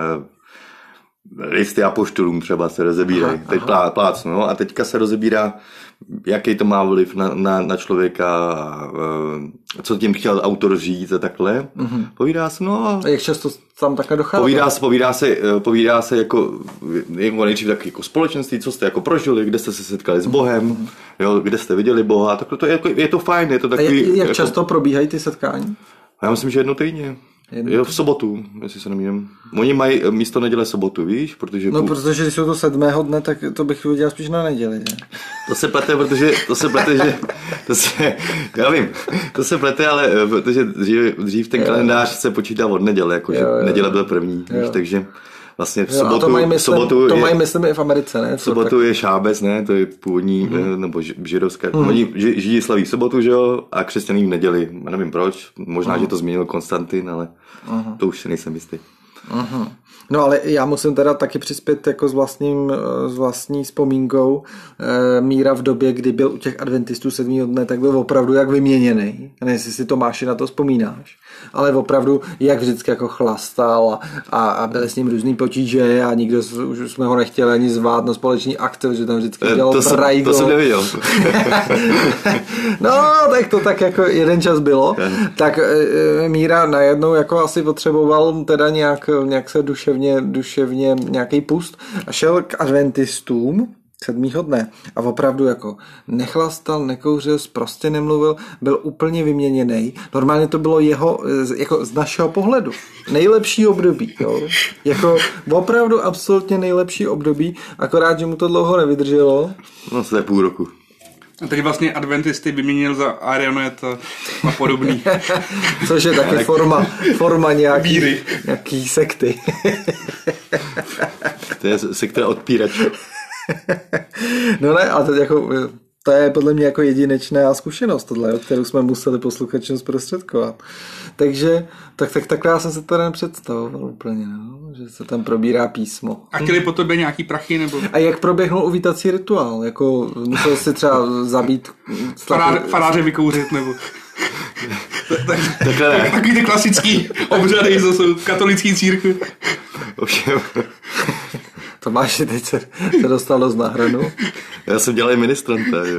Speaker 3: listy apoštolům třeba se rozebírají, teď plá, plácnu, no, a teďka se rozebírá, jaký to má vliv na, na, na člověka, co tím chtěl autor říct a takhle. Mm-hmm. Povídá se, no...
Speaker 1: A jak často tam takhle dochází?
Speaker 3: Povídá se, povídá se, povídá se jako, jako nejdřív tak jako společenství, co jste jako prožili, kde jste se setkali s Bohem, mm-hmm. jo, kde jste viděli Boha, tak to je, je to fajn, je to takový...
Speaker 1: A jak, jak
Speaker 3: jako,
Speaker 1: často probíhají ty setkání?
Speaker 3: Já myslím, že jednou týdně. Jo, v sobotu, jestli se nemýlím. Oni mají místo neděle sobotu, víš? Protože
Speaker 1: no, půl... protože když jsou to sedmého dne, tak to bych viděl spíš na neděli. Ne?
Speaker 3: To se plete, protože to se plete, že to se, já vím, to se plete, ale protože dřív, dřív ten jo. kalendář se počítal od neděle, jakože neděle byl první, víš, takže vlastně v
Speaker 1: jo,
Speaker 3: sobotu,
Speaker 1: to mají, myslím,
Speaker 3: sobotu
Speaker 1: to
Speaker 3: je,
Speaker 1: mají myslím i v Americe, ne?
Speaker 3: V sobotu tak... je šábec, ne? To je původní, hmm. nebo židovské. Hmm. Oni Židi slaví sobotu, že jo? A křesťaní v neděli. Já nevím proč. Možná, hmm. že to změnil Konstantin, ale hmm. to už si nejsem jistý.
Speaker 1: Hmm. No ale já musím teda taky přispět jako s, vlastním, s vlastní vzpomínkou. E, Míra v době, kdy byl u těch adventistů sedmého dne, tak byl opravdu jak vyměněný. Nevím, jestli si Tomáši na to vzpomínáš. Ale opravdu, jak vždycky jako chlastal a, a byly s ním různý potíže a nikdo už jsme ho nechtěli ani zvát na společný akt, že tam vždycky dělal prajgo.
Speaker 3: To jsem neviděl.
Speaker 1: No, tak to tak jako jeden čas bylo. Tak e, Míra najednou jako asi potřeboval teda nějak, nějak se duševně, duševně nějaký pust a šel k adventistům sedmýho dne a opravdu jako nechlastal, nekouřil, prostě nemluvil, byl úplně vyměněný. Normálně to bylo jeho, jako z našeho pohledu, nejlepší období. Jo? Jako opravdu absolutně nejlepší období, akorát, že mu to dlouho nevydrželo.
Speaker 3: No, to je půl roku.
Speaker 2: A teď vlastně adventisty vyměnil za Arionet a podobný.
Speaker 1: Což je taky forma, forma nějaký, nějaký sekty.
Speaker 3: To je sekta odpírač.
Speaker 1: No ne, ale to, jako, to je podle mě jako jedinečná zkušenost tohle, kterou jsme museli posluchačům zprostředkovat. Takže tak, tak, takhle já jsem se to nepředstavoval úplně, no? Že se tam probírá písmo.
Speaker 2: A chtěli po tobě nějaký prachy? Nebo...
Speaker 1: A jak proběhnul uvítací rituál? Jako musel si třeba zabít...
Speaker 2: Faráře, faráře vykouřit, nebo... Takový ty klasický obřady, co jsou katolický církve.
Speaker 3: Ovšem...
Speaker 1: Tomáš teď se, se dostal dost na hranu.
Speaker 3: Já jsem dělal i ministranta, jo.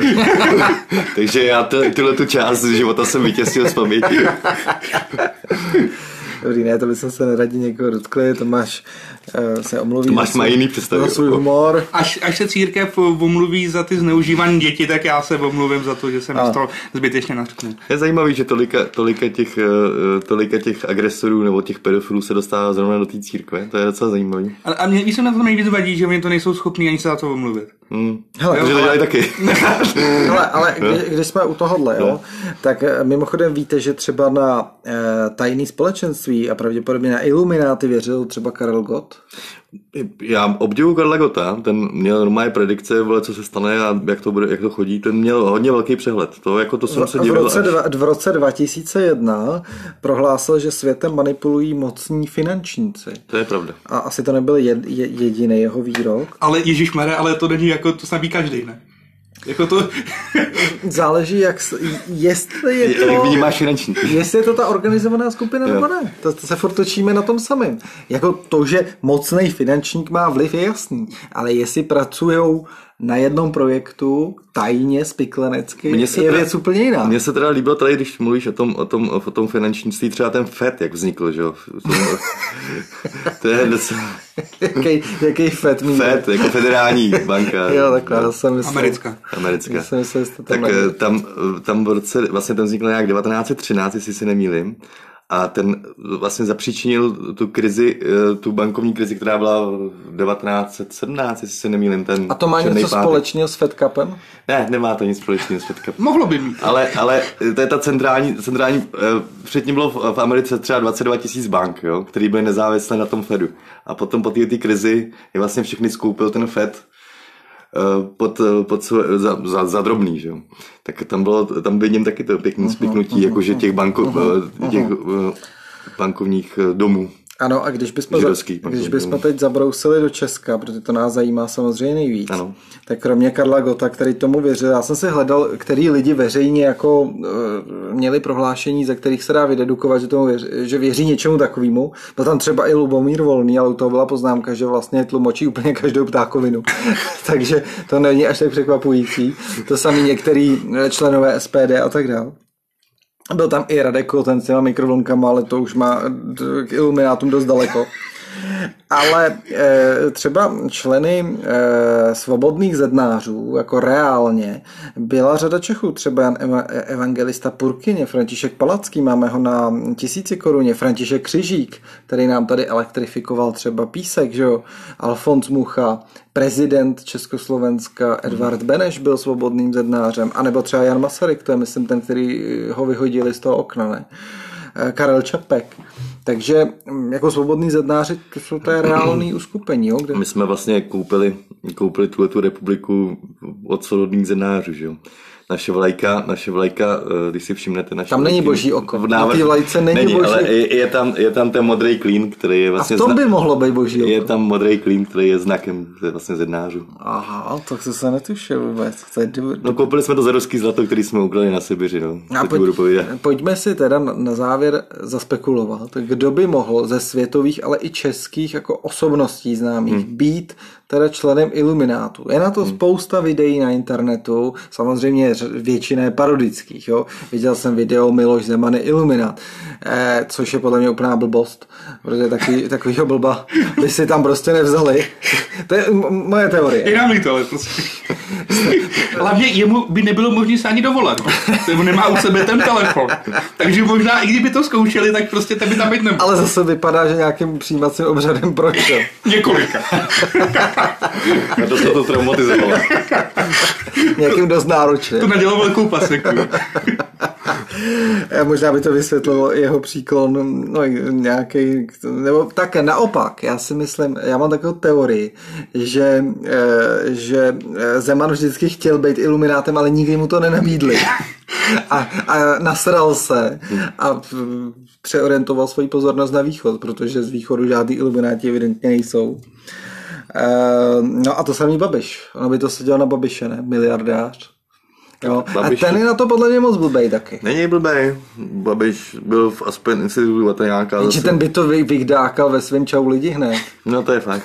Speaker 3: Takže já t- tyhle tu část života jsem vytěsnil z paměti.
Speaker 1: Dobrý, ne, to by se neradě někoho dotkli, Tomáš uh, se omluví.
Speaker 3: Tomáš má jiný představy.
Speaker 1: Za svůj humor.
Speaker 2: Až, až se církev omluví za ty zneužívané děti, tak já se omluvím za to, že jsem z toho zbytečně nařknul.
Speaker 3: Je zajímavý, že tolika, tolika, těch, tolika těch agresorů nebo těch pedofilů se dostává zrovna do té církve. To je docela zajímavý.
Speaker 2: A, a mě, mě se na to nejvíc vadí, že oni to nejsou schopní ani se za to omluvit.
Speaker 3: Hmm. Hele, takže to dělají taky.
Speaker 1: Hele, ale když, když jsme u tohohle, jo, tak mimochodem víte, že třeba na e, tajný společenství a pravděpodobně na Ilumináty věřil třeba Karel Gott?
Speaker 3: Já obdivuji Karla Gotta, ten měl normálně predikce, vole, co se stane a jak to, bude, jak to chodí, ten měl hodně velký přehled. To, jako to jsem se divil.
Speaker 1: V roce, dva, v roce dva tisíce jedna prohlásil, že světem manipulují mocní finančníci.
Speaker 3: To je pravda.
Speaker 1: A asi to nebyl jed, je, jediný jeho výrok.
Speaker 2: Ale ježišmarja, ale to není jako, to snad ví každý, ne? Jako to...
Speaker 1: Záleží, jak, jestli je to...
Speaker 3: Jak vnímáš finanční.
Speaker 1: Jestli je to ta organizovaná skupina, nebo ne. To, to se furt točíme na tom samém. Jako to, že mocný finančník má vliv, je jasný. Ale jestli pracujou na jednom projektu tajně, spiklenecky, je
Speaker 3: teda,
Speaker 1: věc úplně jiná.
Speaker 3: Mně se teda líbilo tady, když mluvíš o tom, o tom, o tom finančnictví, třeba ten F E D, jak vznikl, že jo? To je docela...
Speaker 1: jaký, jaký F E D?
Speaker 3: F E D, jako federální banka.
Speaker 1: Jo, takhle, to jsem myslel.
Speaker 2: Americká.
Speaker 3: Americká.
Speaker 1: Jsem myslel,
Speaker 3: tak tam, tam v roce, vlastně ten vznikl nějak devatenáct set třináct, jestli si nemýlím. A ten vlastně zapříčinil tu krizi, tu bankovní krizi, která byla v devatenáct set sedmnáct, jestli se nemýlím. Ten
Speaker 1: a to má něco pátek. Společného s Fed Cupem?
Speaker 3: Ne, nemá to nic společného s Fed Cupem.
Speaker 2: Mohlo by mít.
Speaker 3: Ale, ale to je ta centrální, centrální předtím bylo v Americe třeba dvacet dva tisíc bank, jo, který byly nezávislé na tom Fedu. A potom po té krizi je vlastně všechny skoupil ten Fed pod, pod za, za, za drobný, že jo. Tak tam bylo, tam vidím taky to pěkný spiknutí, jakože těch, banko, těch bankovních domů.
Speaker 1: Ano, a když bychom, za, když bychom teď zabrousili do Česka, protože to nás zajímá samozřejmě nejvíc,
Speaker 3: ano.
Speaker 1: Tak kromě Karla Gotta, který tomu věřil, já jsem si hledal, který lidi veřejně jako uh, měli prohlášení, ze kterých se dá vydedukovat, že, tomu věří, že věří něčemu takovému. Byl tam třeba i Lubomír Volný, ale u toho byla poznámka, že vlastně tlumočí úplně každou ptákovinu. Takže to není až tak překvapující. To sami některý členové S P D a tak dále. Byl tam i Radek Koten s těma mikrovlnkama, ale to už má k Iluminátům dost daleko. Ale e, třeba členy e, svobodných zednářů, jako reálně, byla řada Čechů, třeba Jan Evangelista Purkyně, František Palacký, máme ho na tisíci koruně, František Křižík, který nám tady elektrifikoval třeba Písek, že jo? Alfons Mucha, prezident Československa Edvard Beneš byl svobodným zednářem, anebo třeba Jan Masaryk, to je myslím ten, který ho vyhodili z toho okna, ne? Karel Čapek. Takže jako svobodný zednáři, to jsou to reálný uskupení. Jo? Kde...
Speaker 3: My jsme vlastně koupili, koupili tuhletu republiku od svobodných zednářů, že jo. Naše vlajka, naše vlajka, když si všimnete... Naše
Speaker 1: tam
Speaker 3: vlajky,
Speaker 1: není boží oko.
Speaker 3: V
Speaker 1: návrh, na té vlajce není, není boží
Speaker 3: ale je, je, tam, je tam ten modrý klín, který je vlastně...
Speaker 1: A v tom by mohlo být boží oko.
Speaker 3: Je tam modrý klín, který je znakem vlastně zednářů.
Speaker 1: Aha, tak to se netušil vůbec.
Speaker 3: No koupili jsme to za ruský zlato, který jsme ukrali na Sibiři, no.
Speaker 1: A pojď, pojďme si teda na závěr zaspekulovat, kdo by mohl ze světových, ale i českých jako osobností známých hmm. být teda členem Iluminátu. Je na to hmm. spousta videí na internetu, samozřejmě většina je parodických. Jo? Viděl jsem video Miloš Zeman je Iluminát, eh, což je podle mě úplná blbost, protože takový, takovýho blba by si tam prostě nevzali. To je m- moje teorie.
Speaker 2: Je nám líto, ale prostě. Hlavně jemu by nebylo možné se ani dovolat. On nemá u sebe ten telefon. Takže možná, i kdyby to zkoušeli, tak prostě ten by tam být nebyl.
Speaker 1: Ale zase vypadá, že nějakým přijímacím obřadem prošel.
Speaker 2: Několika.
Speaker 3: A to se to traumatizovalo.
Speaker 1: Nějakým dost náročným.
Speaker 2: To nadělal velkou paseku.
Speaker 1: Možná by to vysvětlilo jeho příklon, no nějaký, nebo také naopak, já si myslím, já mám takovou teorii, že, že Zeman vždycky chtěl být iluminátem, ale nikdy mu to nenabídli. A, a nasral se a přeorientoval svoji pozornost na východ, protože z východu žádný ilumináti evidentně nejsou. No a to samý Babiš. Ono by to sedělo na Babiše, ne? Miliardář. Jo. A ten je na to podle mě moc blbej taky.
Speaker 3: Není blbej. Babiš byl v Aspen institutu a to nějaká...
Speaker 1: Jenže ten by to vydákal ve svém čau lidi hned.
Speaker 3: No to je fakt.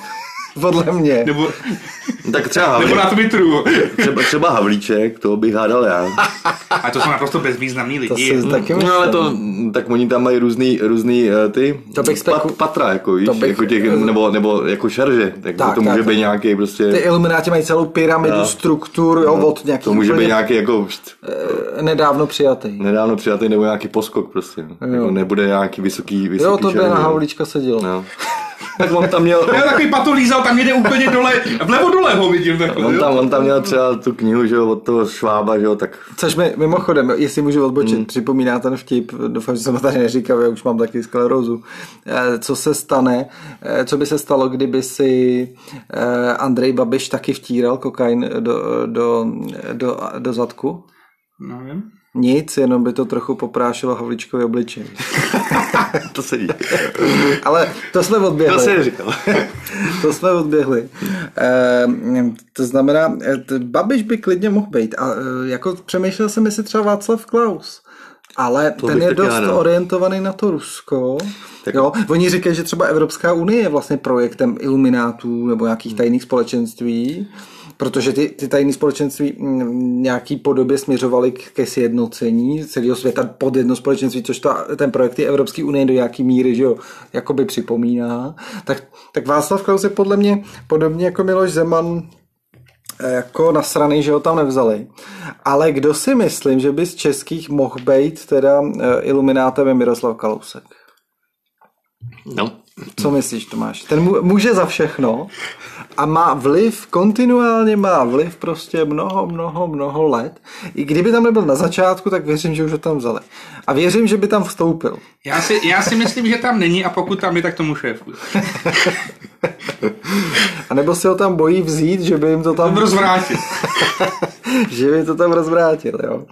Speaker 1: Podle mě.
Speaker 2: Nebo,
Speaker 3: Tak třeba
Speaker 2: nebo na Twitteru.
Speaker 3: Třeba, třeba Havlíček, to bych hádal já.
Speaker 2: A to jsou naprosto bezvýznamní lidi.
Speaker 1: To si taky
Speaker 3: No ale to, tak oni tam mají různý, různý ty
Speaker 1: To bych
Speaker 3: pat,
Speaker 1: speku-
Speaker 3: patra, jako víš,
Speaker 1: to bych-
Speaker 3: jako těch, nebo, nebo jako šarže, tak,
Speaker 1: Tak,
Speaker 3: to může
Speaker 1: tak.
Speaker 3: být nějaký prostě,
Speaker 1: Ty Ilumináti mají celou pyramidu
Speaker 3: No.
Speaker 1: struktur, jo, od nějakých
Speaker 3: to může být
Speaker 1: úplně,
Speaker 3: nějaký jako
Speaker 1: eh, nedávno přijatý.
Speaker 3: nedávno přijatý nebo nějaký poskok prostě, jako nebude nějaký vysoký, vysoký
Speaker 1: Jo, to by
Speaker 3: šarže.
Speaker 1: na Havlíčka sedělo.
Speaker 3: No. Tak on tam měl,
Speaker 2: Jo, takový patolízal, tam jde úplně dole, vlevo dole ho vidím takhle.
Speaker 3: on
Speaker 2: jo.
Speaker 3: tam, on tam měl třeba tu knihu, že jo, od toho Švába, že jo, tak
Speaker 1: Což mi mimochodem, jestli můžu odbočit, hmm. připomíná ten vtip, doufám, že jsem ho tady neříkal, já už mám taky sklerózu. Eh, Co se stane, eh, co by se stalo, kdyby si eh, Andrej Babiš taky vtíral kokain do, do, do, do zadku?
Speaker 2: Nevím.
Speaker 1: Nic, jenom by to trochu poprášilo Havlíčkovi obličej.
Speaker 3: to sedí.
Speaker 1: Ale to jsme odběhli.
Speaker 3: To jsem říkal.
Speaker 1: To jsme odběhli. E, to znamená, e, Babiš by klidně mohl být. A e, jako přemýšlel jsem, jestli třeba Václav Klaus. Ale
Speaker 3: To
Speaker 1: ten
Speaker 3: bych
Speaker 1: je
Speaker 3: taky
Speaker 1: dost
Speaker 3: hádal.
Speaker 1: orientovaný na to Rusko.
Speaker 3: Tak-
Speaker 1: Jo? Oni říkají, že třeba Evropská unie je vlastně projektem iluminátů nebo nějakých tajných společenství, protože ty, ty tajné společenství mm, nějaký podobě směřovaly k, ke sjednocení celého světa pod jedno společenství, což ta, ten projekt je Evropské unie do nějaký míry, že jo, jakoby připomíná. Tak, tak Václav Klaus je podle mě podobně jako Miloš Zeman jako nasraný, že ho tam nevzali. Ale kdo si myslím, že by z českých mohl být teda iluminátem, je Miroslav Kalousek.
Speaker 3: No.
Speaker 1: Co myslíš, Tomáš? Ten může za všechno a má vliv, kontinuálně má vliv prostě mnoho, mnoho, mnoho let. I kdyby tam nebyl na začátku, tak věřím, že už ho tam vzali. A věřím, že by tam vstoupil.
Speaker 2: Já si, já si myslím, že tam není a pokud tam je, tak tomu šéfuje.
Speaker 1: A nebo si ho tam bojí vzít, že by jim to tam...
Speaker 2: Rozvrátil.
Speaker 1: že by to tam rozvrátil, jo.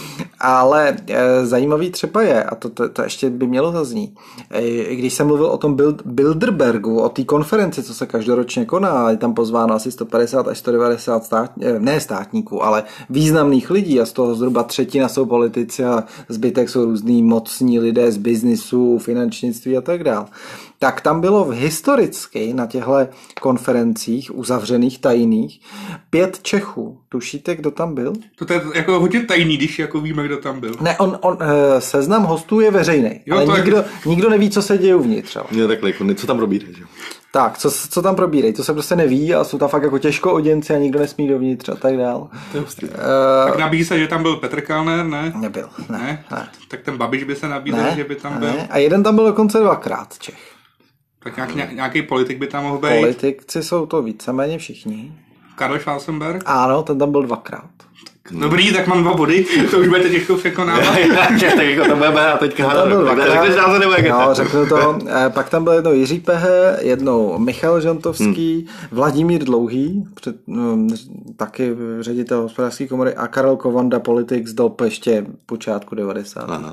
Speaker 1: Ale e, zajímavý třeba je, a to, to, to ještě by mělo zaznít, e, když jsem mluvil o tom Bild, Bilderbergu, o té konferenci, co se každoročně koná, je tam pozváno asi sto padesát až sto devadesát stát, ne státníků, ale významných lidí a z toho zhruba třetina jsou politici a zbytek jsou různý mocní lidé z biznisu, finančnictví a tak dále. Tak tam bylo v historicky na těchto konferencích uzavřených, tajných, pět Čechů. Tušíte, kdo tam byl?
Speaker 2: To je jako hodně tajný, když jako víme, kdo tam byl.
Speaker 1: Ne, on, on seznam hostů je veřejný,
Speaker 2: Jo,
Speaker 1: ale
Speaker 2: to
Speaker 1: nikdo,
Speaker 2: je...
Speaker 1: nikdo neví, co se děje uvnitř.
Speaker 3: Jo, takhle, jako, co tam probírají, že?
Speaker 1: Tak, co, co tam probírají, to se prostě neví a jsou tam fakt jako těžko oděnci a nikdo nesmí dovnitř a tak dál.
Speaker 3: To je hustý.
Speaker 1: Uh,
Speaker 2: Tak nabízí se, že tam byl Petr Kellner, ne?
Speaker 1: Nebyl, ne.
Speaker 2: Ne?
Speaker 1: ne.
Speaker 2: Tak ten Babiš by se nabízel,
Speaker 1: ne,
Speaker 2: že by tam
Speaker 1: ne.
Speaker 2: byl.
Speaker 1: A jeden tam byl dokonce dvakrát Čech.
Speaker 2: Tak nějak, nějaký politik by tam mohl být.
Speaker 1: Politici jsou to víceméně všichni.
Speaker 2: Karl Schwarzenberg.
Speaker 1: Ano, ten tam byl dvakrát.
Speaker 2: Dobrý, tak mám dva body, to už budete těžko překonávat.
Speaker 3: Tak jako to budeme a teďka
Speaker 1: Tam byl dvakrát.
Speaker 3: řekneš název nebo jak je
Speaker 1: No,
Speaker 3: to?
Speaker 1: řeknu to. Eh, Pak tam byl jednou Jiří Pehe, jednou Michal Žantovský, hmm. Vladimír Dlouhý, před, no, taky ředitel hospodářské komory a Karel Kovanda, politik z dob ještě počátku devadesátých.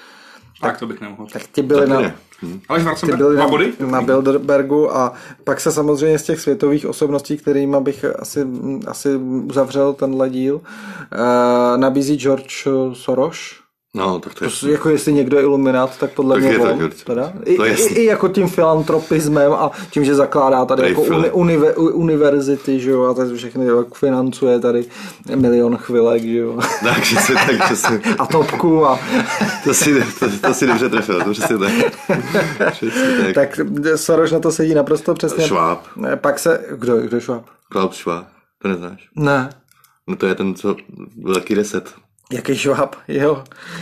Speaker 2: Tak to bych nemohl.
Speaker 1: Tak ti byli na,
Speaker 3: Hmm.
Speaker 2: Ale
Speaker 1: ty
Speaker 2: Schwarzenberg,
Speaker 1: byli
Speaker 2: dva
Speaker 1: na,
Speaker 2: body?
Speaker 1: na Bilderbergu a pak se samozřejmě z těch světových osobností, kterými bych asi, asi uzavřel tenhle díl, eh, nabízí George Soros.
Speaker 3: No, tak to je...
Speaker 1: To, jako jestli někdo je iluminát, tak podle
Speaker 3: Tak
Speaker 1: mě
Speaker 3: je
Speaker 1: on,
Speaker 3: tak, určitě.
Speaker 1: teda.
Speaker 3: To je
Speaker 1: I, i, I jako tím filantropismem a tím, že zakládá tady jako uni, unive, univerzity, že jo, a tady všechny jako financuje tady milion chvilek, že jo.
Speaker 3: Takže si, takže si...
Speaker 1: A topku a...
Speaker 3: To si, to, to si dobře trefil, to přesně tak. Přesně tak.
Speaker 1: Tak Soros na to sedí naprosto přesně.
Speaker 3: Šváb.
Speaker 1: Pak se... Kdo, kdo je Šváb?
Speaker 3: Klaus Schwab, to neznáš?
Speaker 1: Ne.
Speaker 3: No to je ten, co velký reset.
Speaker 1: Jaký Šváb, jo.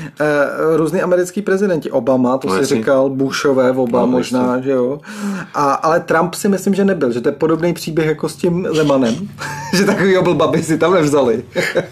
Speaker 1: E, různý americký prezidenti. Obama, to
Speaker 3: No,
Speaker 1: si
Speaker 3: jasný.
Speaker 1: říkal, Bushové, oba
Speaker 3: No,
Speaker 1: možná,
Speaker 3: jasný.
Speaker 1: že jo. A, ale Trump si myslím, že nebyl, že to je podobný příběh jako s tím Zemanem, že takovýho blbaby si tam nevzali.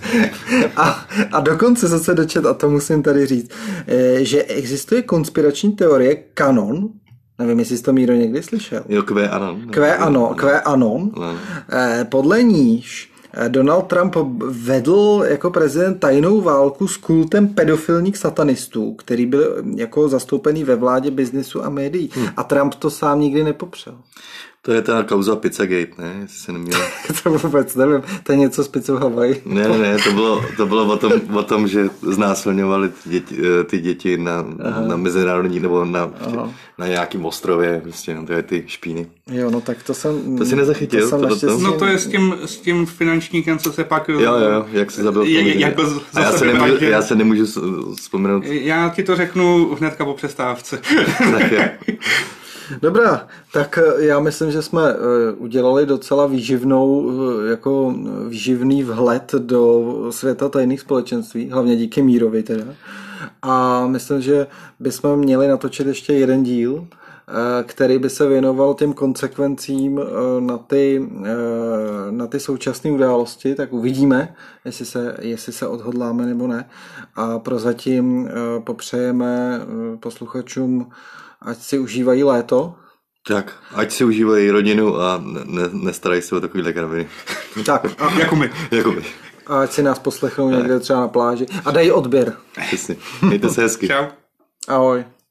Speaker 1: a, a dokonce jsem se dočet, a to musím tady říct, e, že existuje konspirační teorie Kanon, nevím, jestli jsi to, Míro, někdy slyšel.
Speaker 3: Jo, QAnon.
Speaker 1: QAnon, QAnon,
Speaker 3: No.
Speaker 1: e, podle níž Donald Trump vedl jako prezident tajnou válku s kultem pedofilních satanistů, který byl jako zastoupený ve vládě, biznisu a médií. Hmm. A Trump to sám nikdy nepopřel.
Speaker 3: To je ta kauza Pizzagate, ne? Jestli se neměl.
Speaker 1: To vůbec nevím, to je něco s pizzou Hawaii.
Speaker 3: Ne, ne, ne, to bylo, to bylo o, tom, o tom, že znásilňovali ty děti, ty děti na, na mezinárodní nebo na, na nějakým ostrově, prostě, no, to je ty špíny.
Speaker 1: Jo, no tak to jsem...
Speaker 3: To si nezachytil?
Speaker 1: To
Speaker 3: to, to,
Speaker 2: no to je s tím, s tím finančníkem, co se pak...
Speaker 3: Jo, jo, jak se zabil.
Speaker 2: Je, jak byl
Speaker 3: a já se, nemůžu, že... já se nemůžu vzpomenout.
Speaker 2: Já ti to řeknu hnedka po přestávce.
Speaker 3: Tak je.
Speaker 1: Dobrá, tak já myslím, že jsme udělali docela výživnou, jako výživný vhled do světa tajných společenství, hlavně díky Mírovi teda. A myslím, že bychom měli natočit ještě jeden díl, který by se věnoval těm konsekvencím na ty, na ty současné události, tak uvidíme, jestli se, jestli se odhodláme nebo ne. A prozatím popřejeme posluchačům, ať si užívají léto.
Speaker 3: Tak, ať si užívají rodinu a ne, nestarají se o takovýhle kraviny.
Speaker 1: Tak.
Speaker 2: A, jako my.
Speaker 3: Jako my.
Speaker 1: A ať si nás poslechnou někde třeba na pláži. A dají odběr.
Speaker 3: Přesně. Mějte se hezky.
Speaker 2: Čau.
Speaker 1: Ahoj.